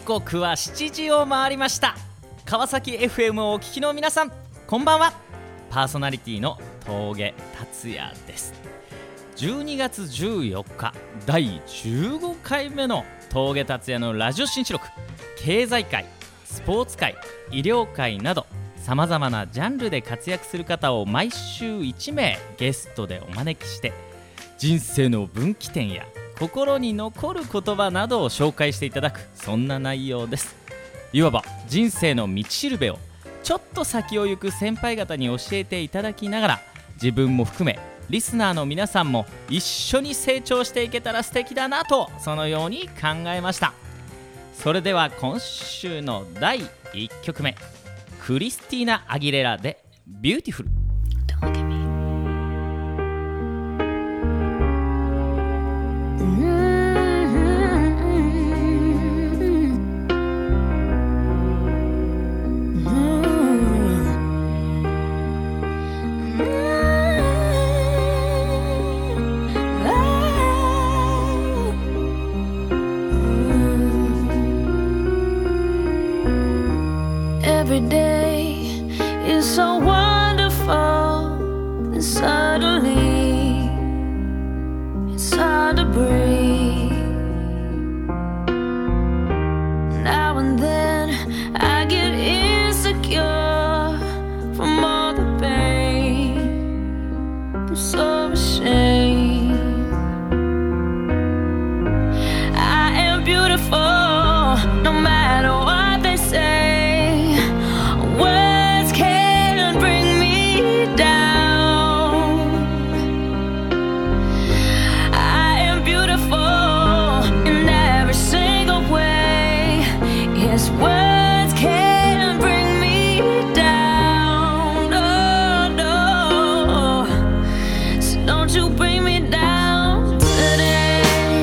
刻は7時を回りました。川崎 FM をお聞きの皆さん、こんばんは。パーソナリティの峠達也です。12月14日第15回目の峠達也のラジオ新四録、経済界、スポーツ界、医療界などさまざまなジャンルで活躍する方を毎週1名ゲストでお招きして、人生の分岐点や心に残る言葉などを紹介していただく、そんな内容です。いわば人生の道しるべをちょっと先を行く先輩方に教えていただきながら、自分も含めリスナーの皆さんも一緒に成長していけたら素敵だなと、そのように考えました。それでは今週の第1曲目、クリスティーナ・アギレラでビューティフル。 Every day is so wonderful, and suddenly it's hard to breathe. Now and then I get insecure from all the pain. I'm so ashamed. I am beautiful, no matter what they say. Words can't bring me down, oh no. So don't you bring me down today.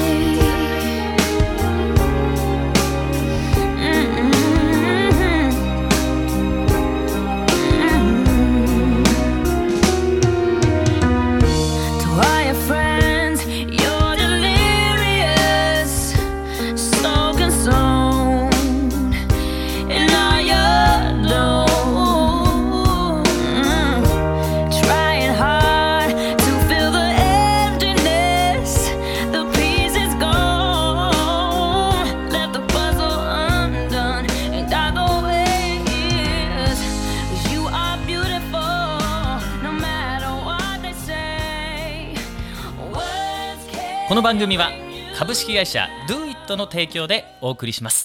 To all your friends, you're delirious, so consumed. この番組は株式会社 Do It の提供でお送りします。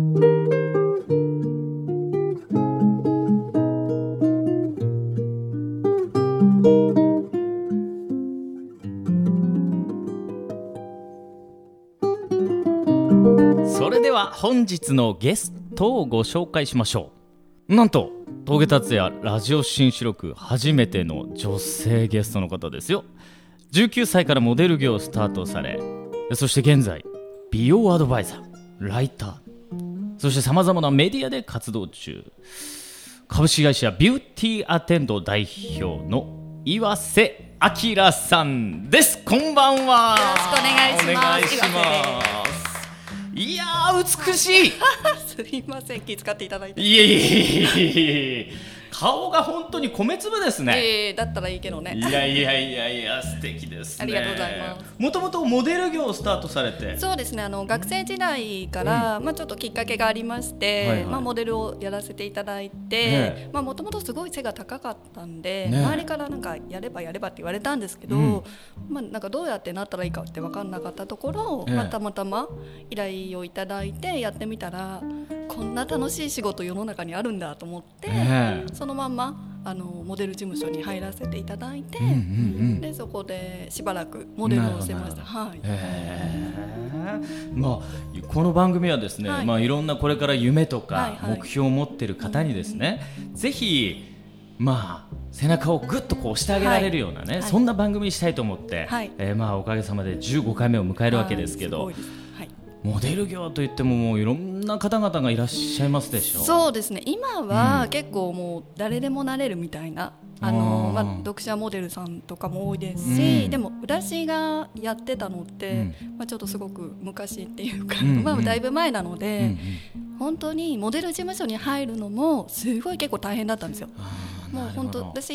それでは本日のゲストをご紹介しましょう。なんと峠達也ラジオ新四録初めての女性ゲストの方ですよ。19歳からモデル業をスタートされ、そして現在美容アドバイザー、ライター、そしてさまざまなメディアで活動中、株式会社ビューティーアテンド代表の岩瀬明さんです。こんばんは。 よろしくお願いします。 お願いします。いやー美しいすいません、気遣っていただいて。 いえいえいえ、顔が本当に米粒ですね。 だったらいいけどね。 いやいやいやいや、素敵ですね。 ありがとうございます。 もともとモデル業をスタートされて。 そうですね、学生時代から、ちょっときっかけがありまして、モデルをやらせていただいて、もともとすごい背が高かったんで、周りからなんかやればやればって言われたんですけど、なんかどうやってなったらいいかって分かんなかったところ、たまたま依頼をいただいてやってみたら、こんな楽しい仕事世の中にあるんだと思って、そのまんまモデル事務所に入らせていただいて、でそこでしばらくモデルをしてました。 この番組はですね、いろんなこれから夢とか目標を持っている方にですね、ぜひ背中をぐっとこう押してあげられるようなね、そんな番組にしたいと思って、おかげさまで15回目を迎えるわけですけど、モデル業といってももういろんな方々がいらっしゃいますでしょう。 そうですね、今は結構もう誰でもなれるみたいな、 読者モデルさんとかも多いですし、でも私がやってたのって、ちょっとすごく昔っていうか、だいぶ前なので、本当にモデル事務所に入るのもすごい結構大変だったんですよ。もう本当私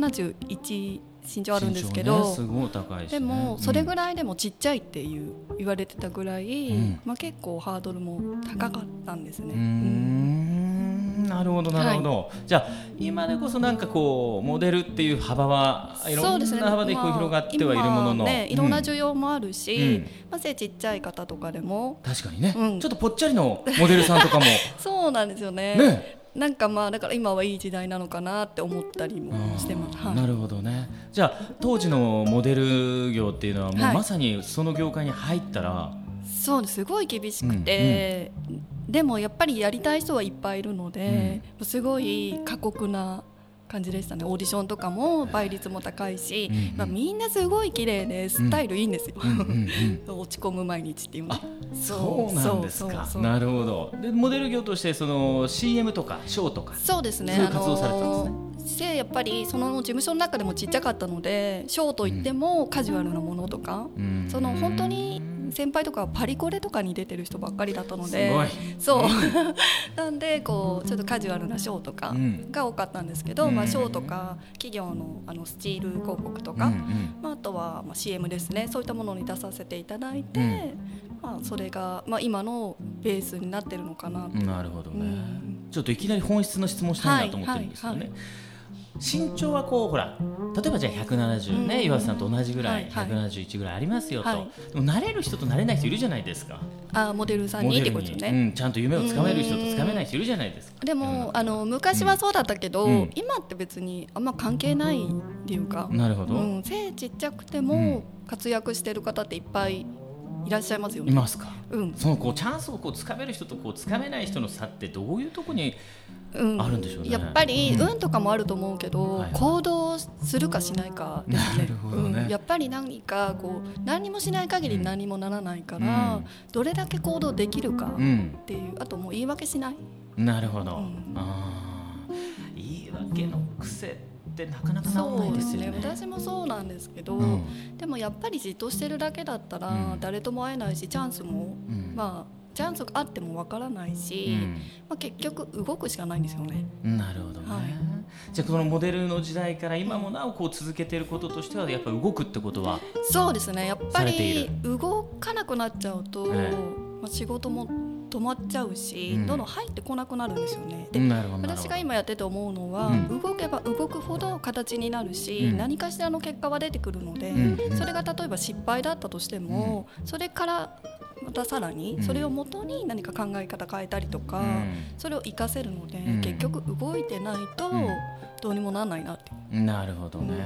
171身長あるんですけど、 すごい高いしね、 でもそれぐらいでもちっちゃいって言われてたぐらい、結構ハードルも高かったんですね。 なるほどなるほど、じゃあ今でこそなんかこうモデルっていう幅はいろんな幅でこう広がってはいるものの、 今ね、いろんな需要もあるし、背ちっちゃい方とかでも確かにね、ちょっとぽっちゃりのモデルさんとかもそうなんですよね。なんかだから今はいい時代なのかなって思ったりもしてます。 なるほどね。じゃあ当時のモデル業っていうのはもうまさにその業界に入ったら、 そうです、すごい厳しくて、でもやっぱりやりたい人はいっぱいいるので、すごい過酷な感じでしたね。オーディションとかも倍率も高いし、みんなすごい綺麗でスタイルいいんですよ、落ち込む毎日っていうの。 そうなんですか。なるほど。でモデル業としてその CM とかショーとかそうですね、 そういう活動されてたんですね。 やっぱりその事務所の中でもちっちゃかったので、ショーといってもカジュアルなものとか、その本当に先輩とかパリコレとかに出てる人ばっかりだったので、そうなんでこうちょっとカジュアルなショーとかが多かったんですけど、ショーとか企業のスチール広告とか、あとはCM ですね、そういったものに出させていただいて、それが今のベースになってるのかなと。 なるほどね。ちょっといきなり本質の質問したいなと思ってるんですよね。身長はこうほら例えばじゃあ170ね、岩瀬さんと同じぐらい、171ぐらいありますよと、でも慣れる人と慣れない人いるじゃないですか。 モデルさんにってことですね。 ちゃんと夢をつかめる人とつかめない人いるじゃないですか。 でも昔はそうだったけど、今って別にあんま関係ないっていうか、 なるほど、 背ちっちゃくても活躍してる方っていっぱいいらっしゃいますよね。 いますか。そのこうチャンスをこうつかめる人とこうつかめない人の差ってどういうところにあるんでしょうね。 やっぱり運とかもあると思うけど、行動するかしないかですね。 なるほどね。 やっぱり何かこう何もしない限り何もならないから、どれだけ行動できるかっていう、あともう言い訳しない。 なるほど、言い訳の癖ってなかなか治らないですよね。 私もそうなんですけど、でもやっぱりじっとしてるだけだったら誰とも会えないし、チャンスもチャンスがあってもわからないし、結局動くしかないんですよね。 なるほどね。じゃあこのモデルの時代から今もなおこう続けていることとしてはやっぱり動くってことはそうですね。やっぱり動かなくなっちゃうと、仕事も止まっちゃうし、どんどん入ってこなくなるんですよね。で、私が今やってて思うのは、動けば動くほど形になるし、何かしらの結果は出てくるので、それが例えば失敗だったとしても、それからまたさらにそれを元に何か考え方変えたりとか、それを活かせるので、結局動いてないとどうにもならないなって。 なるほどね。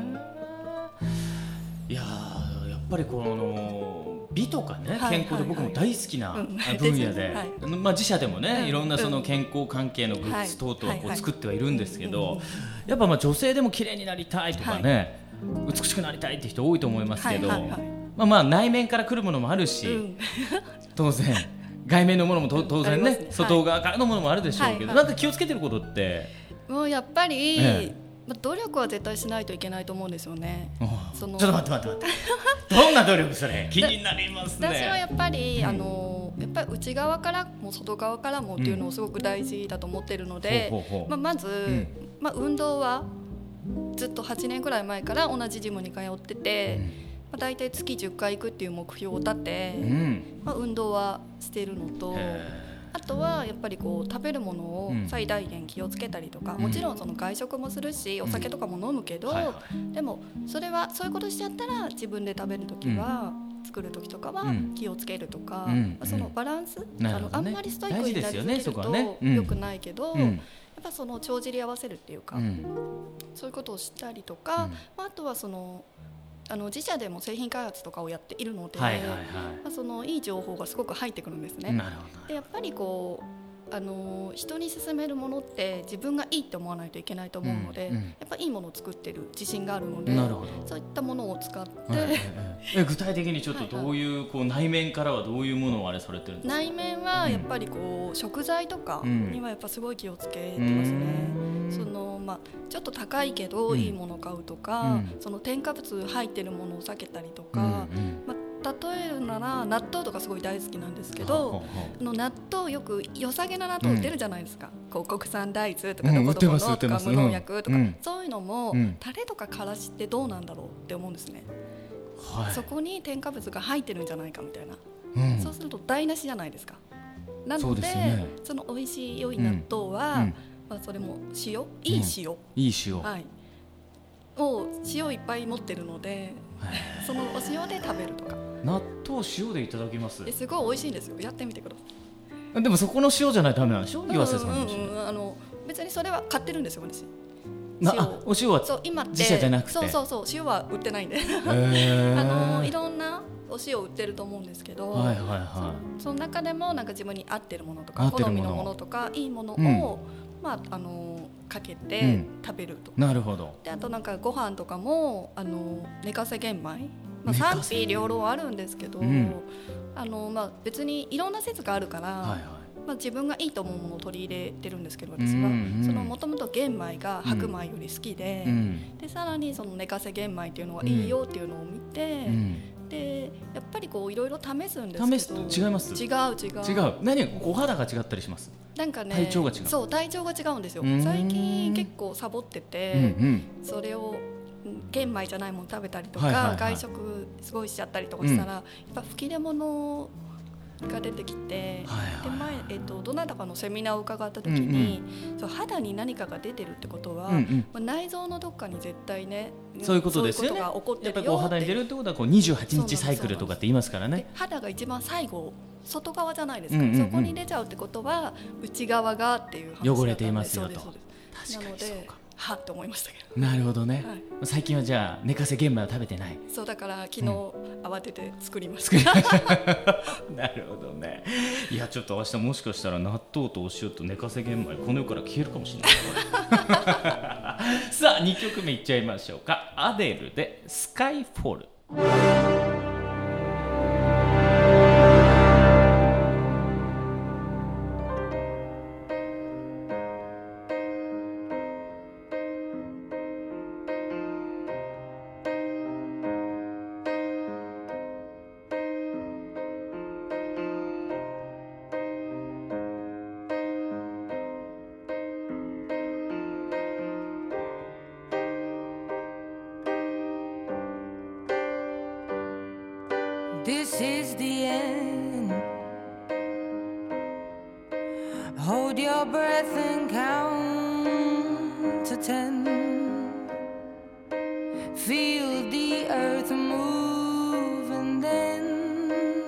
いややっぱりこの美とかね、健康で僕も大好きな分野で、自社でもねいろんなその健康関係のグッズ等々をこう作ってはいるんですけど、やっぱ女性でも綺麗になりたいとかね、美しくなりたいって人多いと思いますけど、内面から来るものもあるし、当然外面のものも当然ね、外側からのものもあるでしょうけど、なんか気をつけてることってもうやっぱり、努力は絶対しないといけないと思うんですよね。 ちょっと待ってどんな努力それ気になりますね。 私はやっぱりやっぱり内側からも外側からもっていうのをすごく大事だと思っているので、まず、運動はずっと8年くらい前から同じジムに通ってて、だいたい月10回行くっていう目標を立て、運動はしているのと、あとはやっぱりこう食べるものを最大限気をつけたりとか、もちろんその外食もするし、お酒とかも飲むけど、でもそれはそういうことしちゃったら自分で食べるときは、作るときとかは気をつけるとか、そのバランス、あんまりストイックになりすぎると良くないけど、やっぱその帳尻合わせるっていうか、そういうことをしたりとか、あとはその自社でも製品開発とかをやっているので、そのいい情報がすごく入ってくるんですね。でやっぱりこ人に勧めるものって自分がいいって思わないといけないと思うので、やっぱいいものを作ってる自信があるので、そういったものを使って、 具体的にちょっとどういう、こう内面からはどういうものをあれされてるんですか？ 内面はやっぱりこう、食材とかにはやっぱすごい気をつけてますね。ちょっと高いけどいいものを買うとか、その添加物入ってるものを避けたりとか、例えるなら納豆とかすごい大好きなんですけど、納豆よく良さげな納豆売ってるじゃないですか、こう国産大豆とかどこどこのとか無農薬とか、そういうのも、タレとかからしってどうなんだろうって思うんですね、そこに添加物が入ってるんじゃないかみたいな、そうすると台無しじゃないですか。なので、その美味しい良い納豆は、それも塩、いい塩、を塩いっぱい持ってるので、そのお塩で食べるとか。 納豆塩でいただきます。 すごい美味しいんですよ。やってみてください。でもそこの塩じゃないとダメなんでしょ、岩瀬さんの塩。 別にそれは買ってるんですよ、私。 お塩は自社じゃなくて、 そう塩は売ってないんでいろんなお塩売ってると思うんですけど、その中でもなんか自分に合ってるものとか好みのものとかいいものを、かけて食べるとか。 なるほど。 であとなんかご飯とかも寝かせ玄米、賛否両論あるんですけど、別にいろんな説があるから、自分がいいと思うものを取り入れてるんですけど、私はもともと玄米が白米より好きで、でさらにその寝かせ玄米っていうのがいいよっていうのを見て、でやっぱりこういろいろ試すんですけど、 試すと違います？違う。何かお肌が違ったりします？ なんかね、 体調が違う。 そう、体調が違うんですよ。最近結構サボってて、それを玄米じゃないもの食べたりとか、外食すごいしちゃったりとかしたら、やっぱ吹き出物が出てきて、で前、どなたかのセミナーを伺った時に、肌に何かが出てるってことは、内臓のどっかに絶対ね、 そういうことですよね。 そういうことが起こってるよって。 やっぱりこう肌に出るってことはこう28日サイクルとかって言いますからね。 肌が一番最後、外側じゃないですか、そこに出ちゃうってことは内側がっていう話だったんで、 汚れていますよと。 なのではって思いましたけど。 なるほどね、最近はじゃあ寝かせ玄米は食べてない？ そうだから昨日、慌てて作りましたなるほどね。いやちょっと明日もしかしたら納豆とお塩と寝かせ玄米この世から消えるかもしれないさあ2曲目いっちゃいましょうか。アデルでスカイフォール。 This is the end. Hold your breath and count to 10. Feel the earth move and then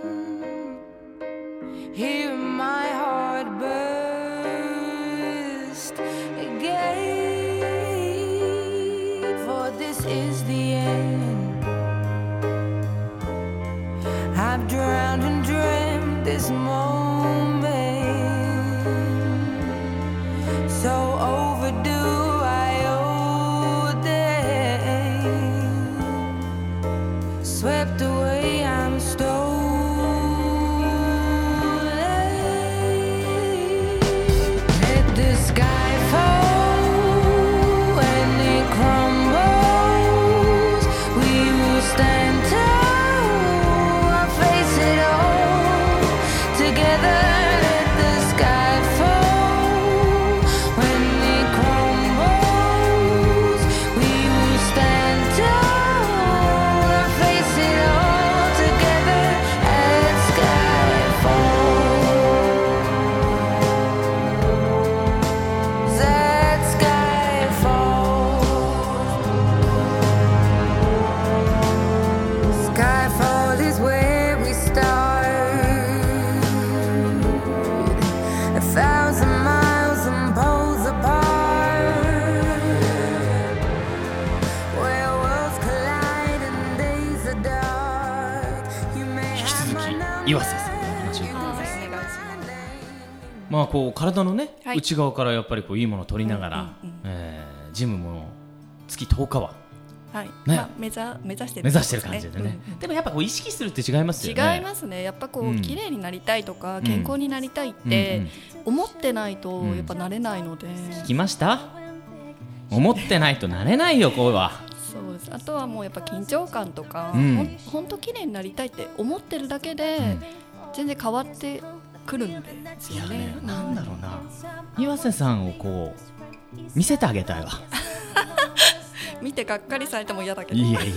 hear my heart burst again. For this is the end. I've drowned and dreamt this moment, so overdue I owe them. Swept away, I'm stolen. Let the sky fall when it crumbles. We will stand tall. まあこう体のね、 はい、 内側からやっぱりこういいものを取りながら、ジムも月10日は、 はいね、 まあ、目指してる感じでね、でもやっぱこう意識するって違いますよね。 違いますね。やっぱこう綺麗になりたいとか、健康になりたいって思ってないとやっぱなれないので、 聞きました？思ってないとなれないよ、こうは。 そうです。あとはもうやっぱ緊張感とか、本当綺麗になりたいって思ってるだけで、全然変わってくるんですよね。 いやね、なんだろうな、岩瀬さんをこう見せてあげたいわ。 見てがっかりされても嫌だけど。 いや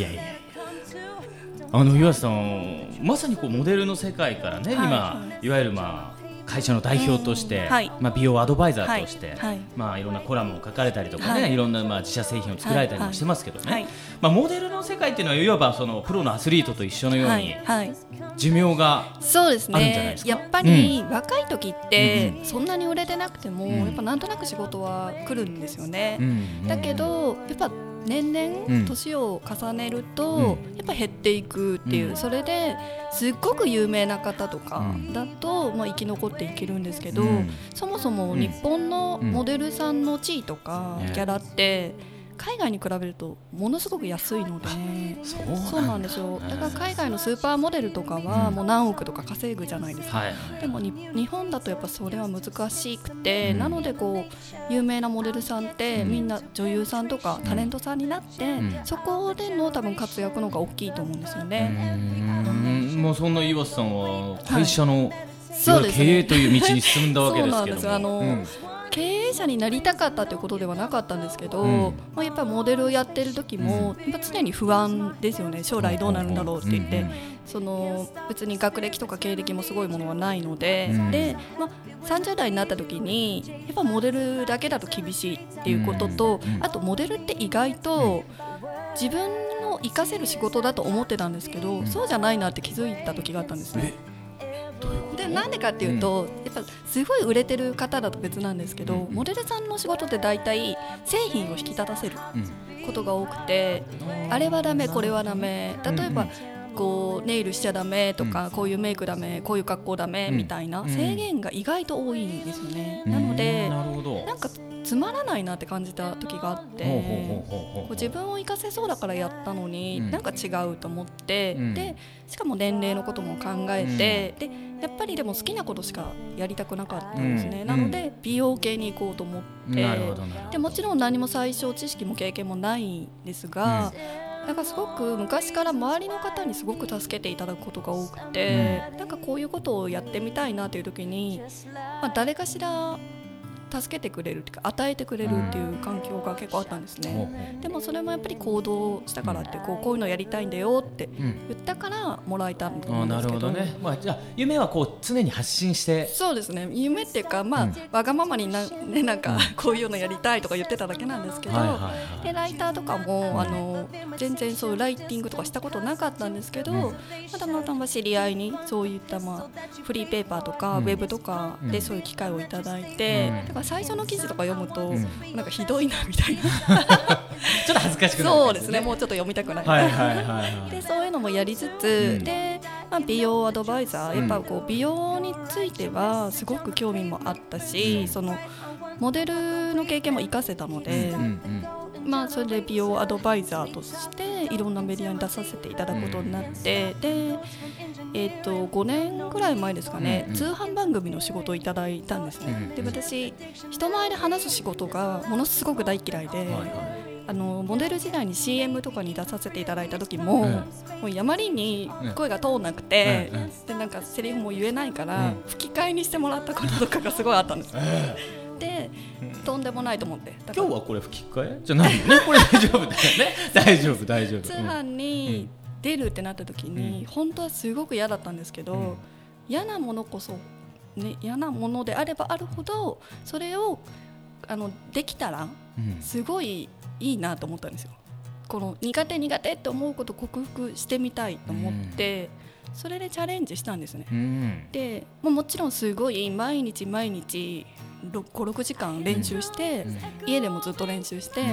岩瀬さんまさにこうモデルの世界からね、今いわゆるまあ会社の代表として、まあ、美容アドバイザーとして、まあ、いろんなコラムを書かれたりとかね、いろんなまあ自社製品を作られたりもしてますけどね、まあ、モデルの世界っていうのはいわばそのプロのアスリートと一緒のように、寿命があるんじゃないですか。 やっぱり若い時ってそんなに売れてなくても、やっぱなんとなく仕事は来るんですよね、だけどやっぱ年々年を重ねるとやっぱ減っていくっていう、それですっごく有名な方とかだとまあ生き残っていけるんですけど、そもそも日本のモデルさんの地位とかギャラって海外に比べるとものすごく安いので、そうなんですよ。だから海外のスーパーモデルとかはもう何億とか稼ぐじゃないですか、でも日本だとやっぱそれは難しくて、なのでこう有名なモデルさんってみんな女優さんとかタレントさんになって、そこでの多分活躍の方が大きいと思うんですよね。 もうそんな岩瀬さんは会社の経営という道に進んだわけですけども、経営者になりたかったということではなかったんですけど、まあ、やっぱりモデルをやってる時もやっぱ常に不安ですよね。将来どうなるんだろうって言って、その別に学歴とか経歴もすごいものはないので、まあ、30代になった時にやっぱモデルだけだと厳しいっていうことと、あとモデルって意外と自分を活かせる仕事だと思ってたんですけど、そうじゃないなって気づいた時があったんですね。でなんでかっていうと、やっぱすごい売れてる方だと別なんですけど、モデルさんの仕事って大体製品を引き立たせることが多くて、あれはダメこれはダメ、例えばこうネイルしちゃダメとか、こういうメイクダメこういう格好ダメみたいな制限が意外と多いんですよね。なのでなんかつまらないなって感じた時があって、こう自分を活かせそうだからやったのに、なんか違うと思って、でしかも年齢のことも考えて、でやっぱりでも好きなことしかやりたくなかったんですね、なので美容系に行こうと思って、でもちろん何も最初知識も経験もないんですが、なんかすごく昔から周りの方にすごく助けていただくことが多くて、なんかこういうことをやってみたいなという時に、まあ、誰かしら助けてくれるっていうか与えてくれるっていう環境が結構あったんですね、でもそれもやっぱり行動したからって、こういうのやりたいんだよって言ったからもらえたんだと思うんですけど、 なるほどね、まあ、じゃあ夢はこう常に発信して、 そうですね、夢っていうか、まあわがままになんかこういうのやりたいとか言ってただけなんですけど、でライターとかも全然そういうライティングとかしたことなかったんですけど、たまたま知り合いにそういった、まあ、フリーペーパーとかウェブとかでそういう機会をいただいて、だから最初の記事とか読むと、なんかひどいなみたいなちょっと恥ずかしくなる、 そうですね、もうちょっと読みたくない、でそういうのもやりつつ、で、まあ、美容アドバイザー、やっぱこう美容についてはすごく興味もあったし、そのモデルの経験も活かせたので、まあ、それで美容アドバイザーとしていろんなメディアに出させていただくことになって、で5年ぐらい前ですかね、通販番組の仕事をいただいたんですね、で私人前で話す仕事がものすごく大嫌いで、モデル時代に CM とかに出させていただいた時も、もうあまりに声が通んなくて、でなんかセリフも言えないから、吹き替えにしてもらったこととかがすごいあったんですで、とんでもないと思って、 今日はこれ吹き替えじゃないよねこれ大丈夫だよね大丈夫通販に出るってなった時に、本当はすごく嫌だったんですけど、嫌なものこそ、ね、嫌なものであればあるほどそれをできたらすごいいいなと思ったんですよ。この苦手って思うことを克服してみたいと思って、それでチャレンジしたんですね、でもちろんすごい毎日5、6時間練習して、家でもずっと練習して、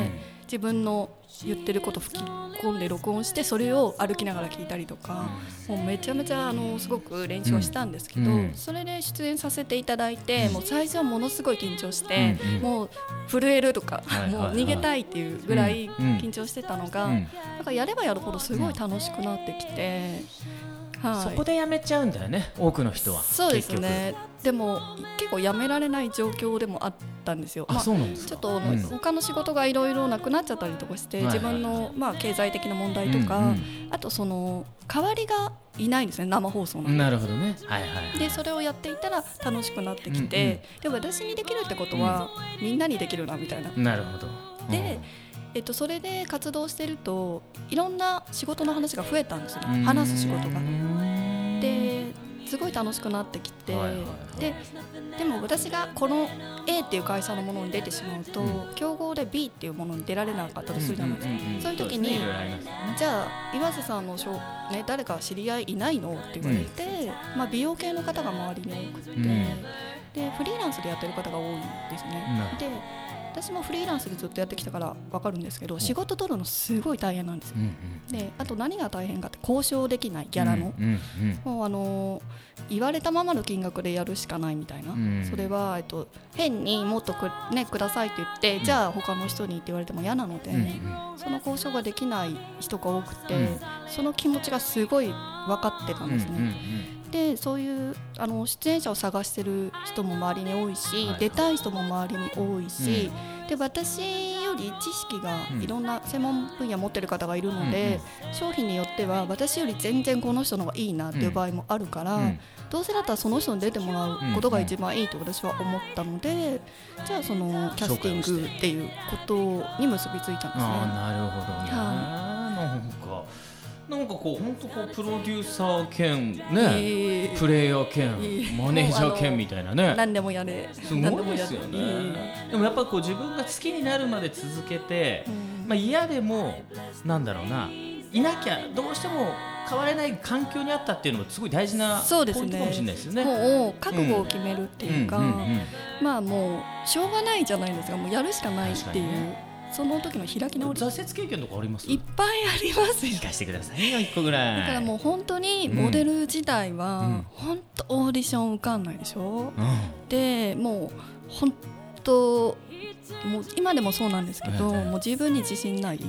自分の言ってること吹き込んで録音してそれを歩きながら聞いたりとか、もうめちゃめちゃすごく練習をしたんですけど、それで出演させていただいて、もう最初はものすごい緊張して、もう震えるとか、もう逃げたいっていうぐらい緊張してたのが、なんかやればやるほどすごい楽しくなってきて、 そこでやめちゃうんだよね、多くの人は。 そうですね。でも結構やめられない状況でもあったんですよ。 そうなんですか。 ちょっと他の仕事がいろいろなくなっちゃったりとかして、自分の経済的な問題とか、あとその代わりがいないんですね、生放送なんで。 なるほどね。 でそれをやっていたら楽しくなってきて、で私にできるってことはみんなにできるなみたいな。 なるほど。 でそれで活動してるといろんな仕事の話が増えたんですよね、話す仕事が。ですごい楽しくなってきて、でも私がこの A っていう会社のものに出てしまうと、競合で B っていうものに出られなかったとするじゃないですか。そういう時に、じゃあ岩瀬さんの誰か知り合いいないのって言われて、美容系の方が周りに多くて、でフリーランスでやってる方が多いんですね。で私もフリーランスでずっとやってきたから分かるんですけど、仕事取るのすごい大変なんですよ。であと何が大変かって交渉できないギャラの、もう言われたままの金額でやるしかないみたいな、それは変にもっとくださいって言って、じゃあ他の人にって言われても嫌なので、その交渉ができない人が多くて、その気持ちがすごい分かってたんですね。でそういう出演者を探してる人も周りに多いし、出たい人も周りに多いし、で私より知識がいろんな専門分野持ってる方がいるので、商品によっては私より全然この人の方がいいなっていう場合もあるから、どうせだったらその人に出てもらうことが一番いいと私は思ったので、じゃあそのキャスティングっていうことに結びついたんですね。 なるほどね。なんかこう本当プロデューサー兼ね、プレイヤー兼マネージャー兼みたいなね、 何でもやれ、 すごいですよね。でもやっぱ自分が好きになるまで続けて、嫌でもいなきゃどうしても変われない環境にあったっていうのもすごい大事なポイントかもしれないですよね。 もう覚悟を決めるっていうか、もうしょうがないじゃないですか、もうやるしかないっていう。その時の開き直り。 挫折経験とかあります？ いっぱいありますよ。 聞かせてくださいよ、1個ぐらい。 だからもう本当にモデル時代は本当オーディション受かんないでしょ、でもう本当もう今でもそうなんですけど、もう自分に自信ない。ちょ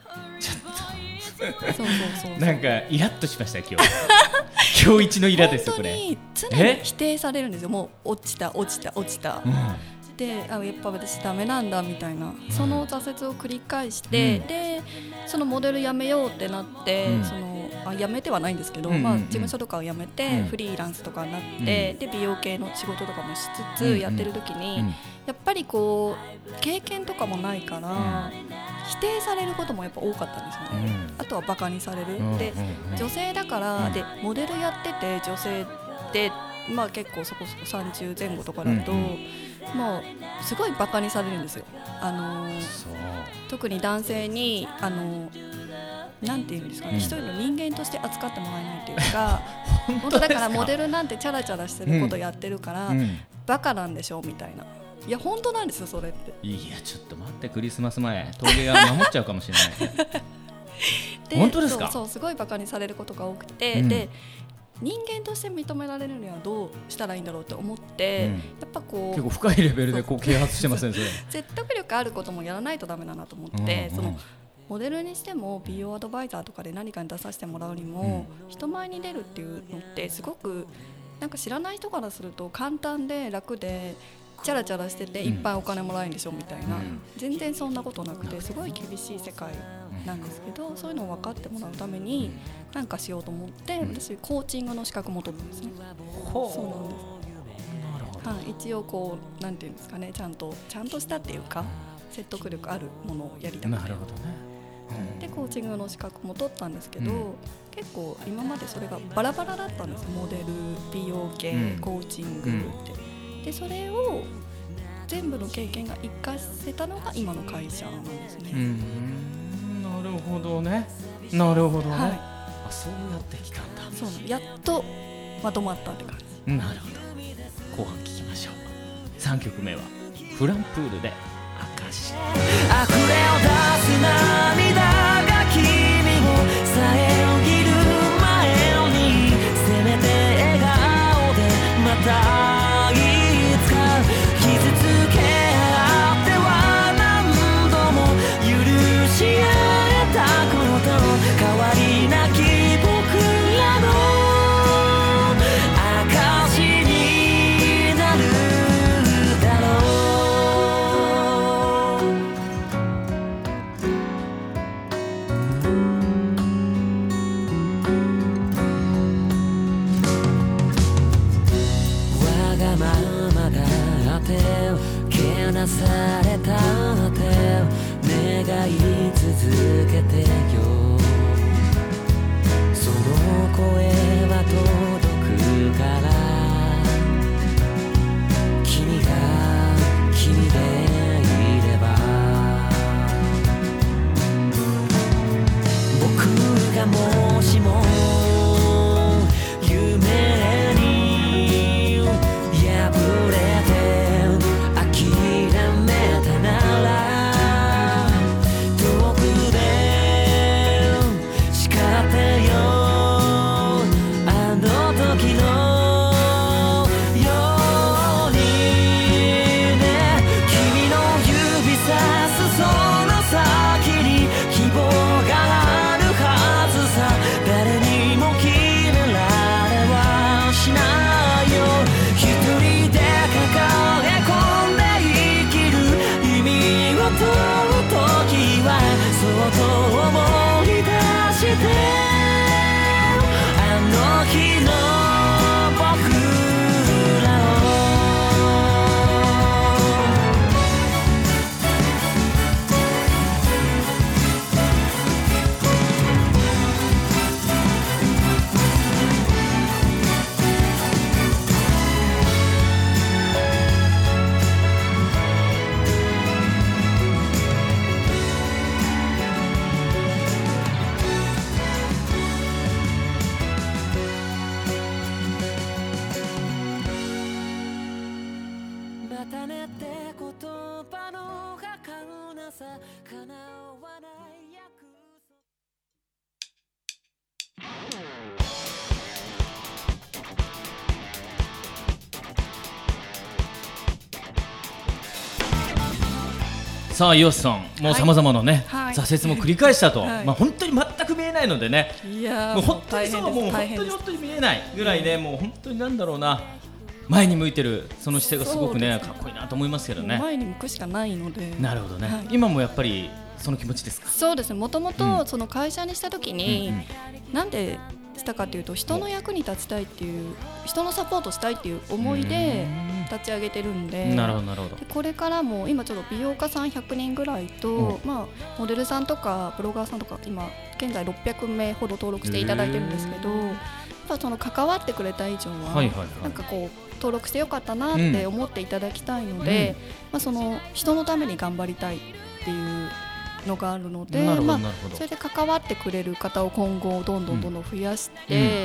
っとそうなんかイラッとしました今日今日一のイラですよこれ。 本当に常に否定されるんですよ。もう落ちた、でやっぱ私ダメなんだみたいな、その挫折を繰り返して、でそのモデル辞めようってなって、辞めてはないんですけど、事務所とかを辞めてフリーランスとかになって、で美容系の仕事とかもしつつやってる時に、やっぱり経験とかもないから、否定されることもやっぱ多かったんですよね。あとはバカにされる、で女性だから、でモデルやってて女性で結構そこそこ30前後とかだと、もうすごいバカにされるんですよ。特に男性になんていうんですかね、一人の人間として扱ってもらえないというか本当だからモデルなんてチャラチャラしてることやってるから、バカなんでしょみたいな。いや本当なんですよそれって。いやちょっと待って、クリスマス前峠が守っちゃうかもしれないで本当ですか？ そうすごいバカにされることが多くて、で人間として認められるにはどうしたらいいんだろうって思って、やっぱ結構深いレベルで啓発してませんそれ説得力あることもやらないとダメだなと思って、そのモデルにしても美容アドバイザーとかで何かに出させてもらうにも、人前に出るっていうのってすごくなんか知らない人からすると簡単で楽でチャラチャラしてていっぱいお金もらえるんでしょみたいな、全然そんなことなくてすごい厳しい世界なんですけど、そういうのを分かってもらうために何かしようと思って、私コーチングの資格も取ったんですね。そうなんです。一応なんていうんですかね、ちゃんとしたっていうか説得力あるものをやりたくて。 なるほどね。 でコーチングの資格も取ったんですけど、結構今までそれがバラバラだったんです。モデル、美容系、コーチングって。でそれを全部の経験が生かせたのが今の会社なんですね。 なるほどね。なるほどね。そうやってきたんだ。 そうやっとまとまったって感じ。 なるほど。後半聞きましょう。3曲目はフランプールで赤しい。 溢れを出す涙が君を遮る前に、せめて笑顔でまたいつか傷つけ合っては何度も許し合えたこと、変わりなき僕らの証になるだろう。わがままだってけなされたって願い続けてよ。その声は届くから、君が君でいれば、僕がもしも夢に破れて諦めたなら、遠くで叱ってよ、あの時のようにね。君の指さすその先に希望があるはずさ。誰にも決められはしないよ。一人で抱え込んで生きる意味を問う時は、そっと思い出してあの日の僕らを。またねって言葉の儚さ、叶わない約束。 さあイオシさん、もうさまざまなね、 はい挫折も繰り返したと、 はい本当に全く見えないのでね、 いやもう本当にそう、もう本当に見えないぐらいね、もう本当になんだろうな、前に向いてるその姿勢がすごくね、 そうですねかっこいいなと思いますけどね。 前に向くしかないので。 なるほどね、 はい今もやっぱりその気持ちですか？ そうですね、もともとその会社にした時に、なんでしたかというと、人の役に立ちたいっていう、人のサポートしたいっていう思いで立ち上げてるんで、 なるほどなるほど。 でこれからも今ちょっと美容家さん100人ぐらいと、まあ、モデルさんとかブロガーさんとか今現在600名ほど登録していただいてるんですけど、やっぱその関わってくれた以上は、なんかこう登録してよかったなって思っていただきたいので、まあ、その人のために頑張りたいっていうのがあるので、まあ、それで関わってくれる方を今後どんどん増やして、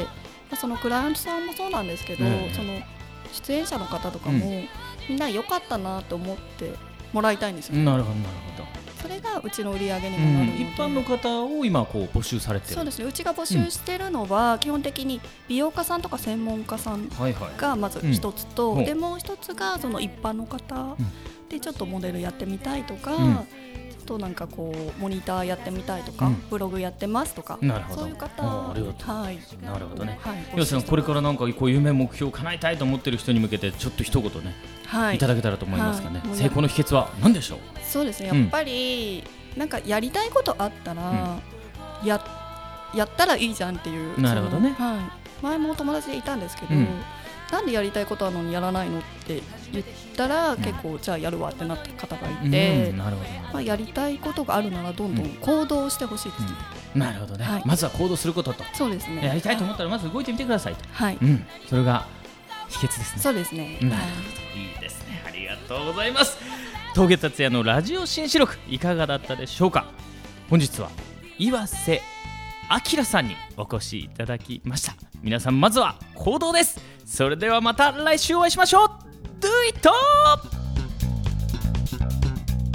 まあ、そのクライアントさんもそうなんですけど、その出演者の方とかも、みんな良かったなと思ってもらいたいんですよ、 なるほどなるほど。 それがうちの売り上げにもなるので、 一般の方を今こう募集されてる。 そうですね、うちが募集してるのは、基本的に美容家さんとか専門家さんがまず一つと、でもう一つがその一般の方でちょっとモデルやってみたいとか、ちょっとなんかこうモニターやってみたいとか、ブログやってますとか、そういう方、 ありがとう。 はい、 なるほどね。 要するにこれからなんかこう夢目標を叶えたいと思ってる人に向けてちょっと一言ね、いただけたらと思いますがね。成功の秘訣は何でしょう？ そうですね、やっぱりなんかやりたいことあったら、やったらいいじゃんっていう。 なるほどね。 前も友達でいたんですけど、なんでやりたいことなのにやらないのって言ったら、結構じゃあやるわってなった方がいて、まあ、やりたいことがあるならどんどん行動してほしいですね。 なるほどね、まずは行動することと。そうですね、やりたいと思ったらまず動いてみてくださいと。それが秘訣ですね。 そうですね。 いいですね、ありがとうございます。峠達也のラジオ新四録、いかがだったでしょうか。本日は岩瀬明さんにお越しいただきました。皆さんまずは行動です。それではまた来週お会いしましょう。Do it!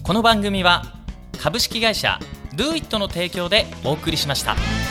この番組は株式会社 Do It の提供でお送りしました。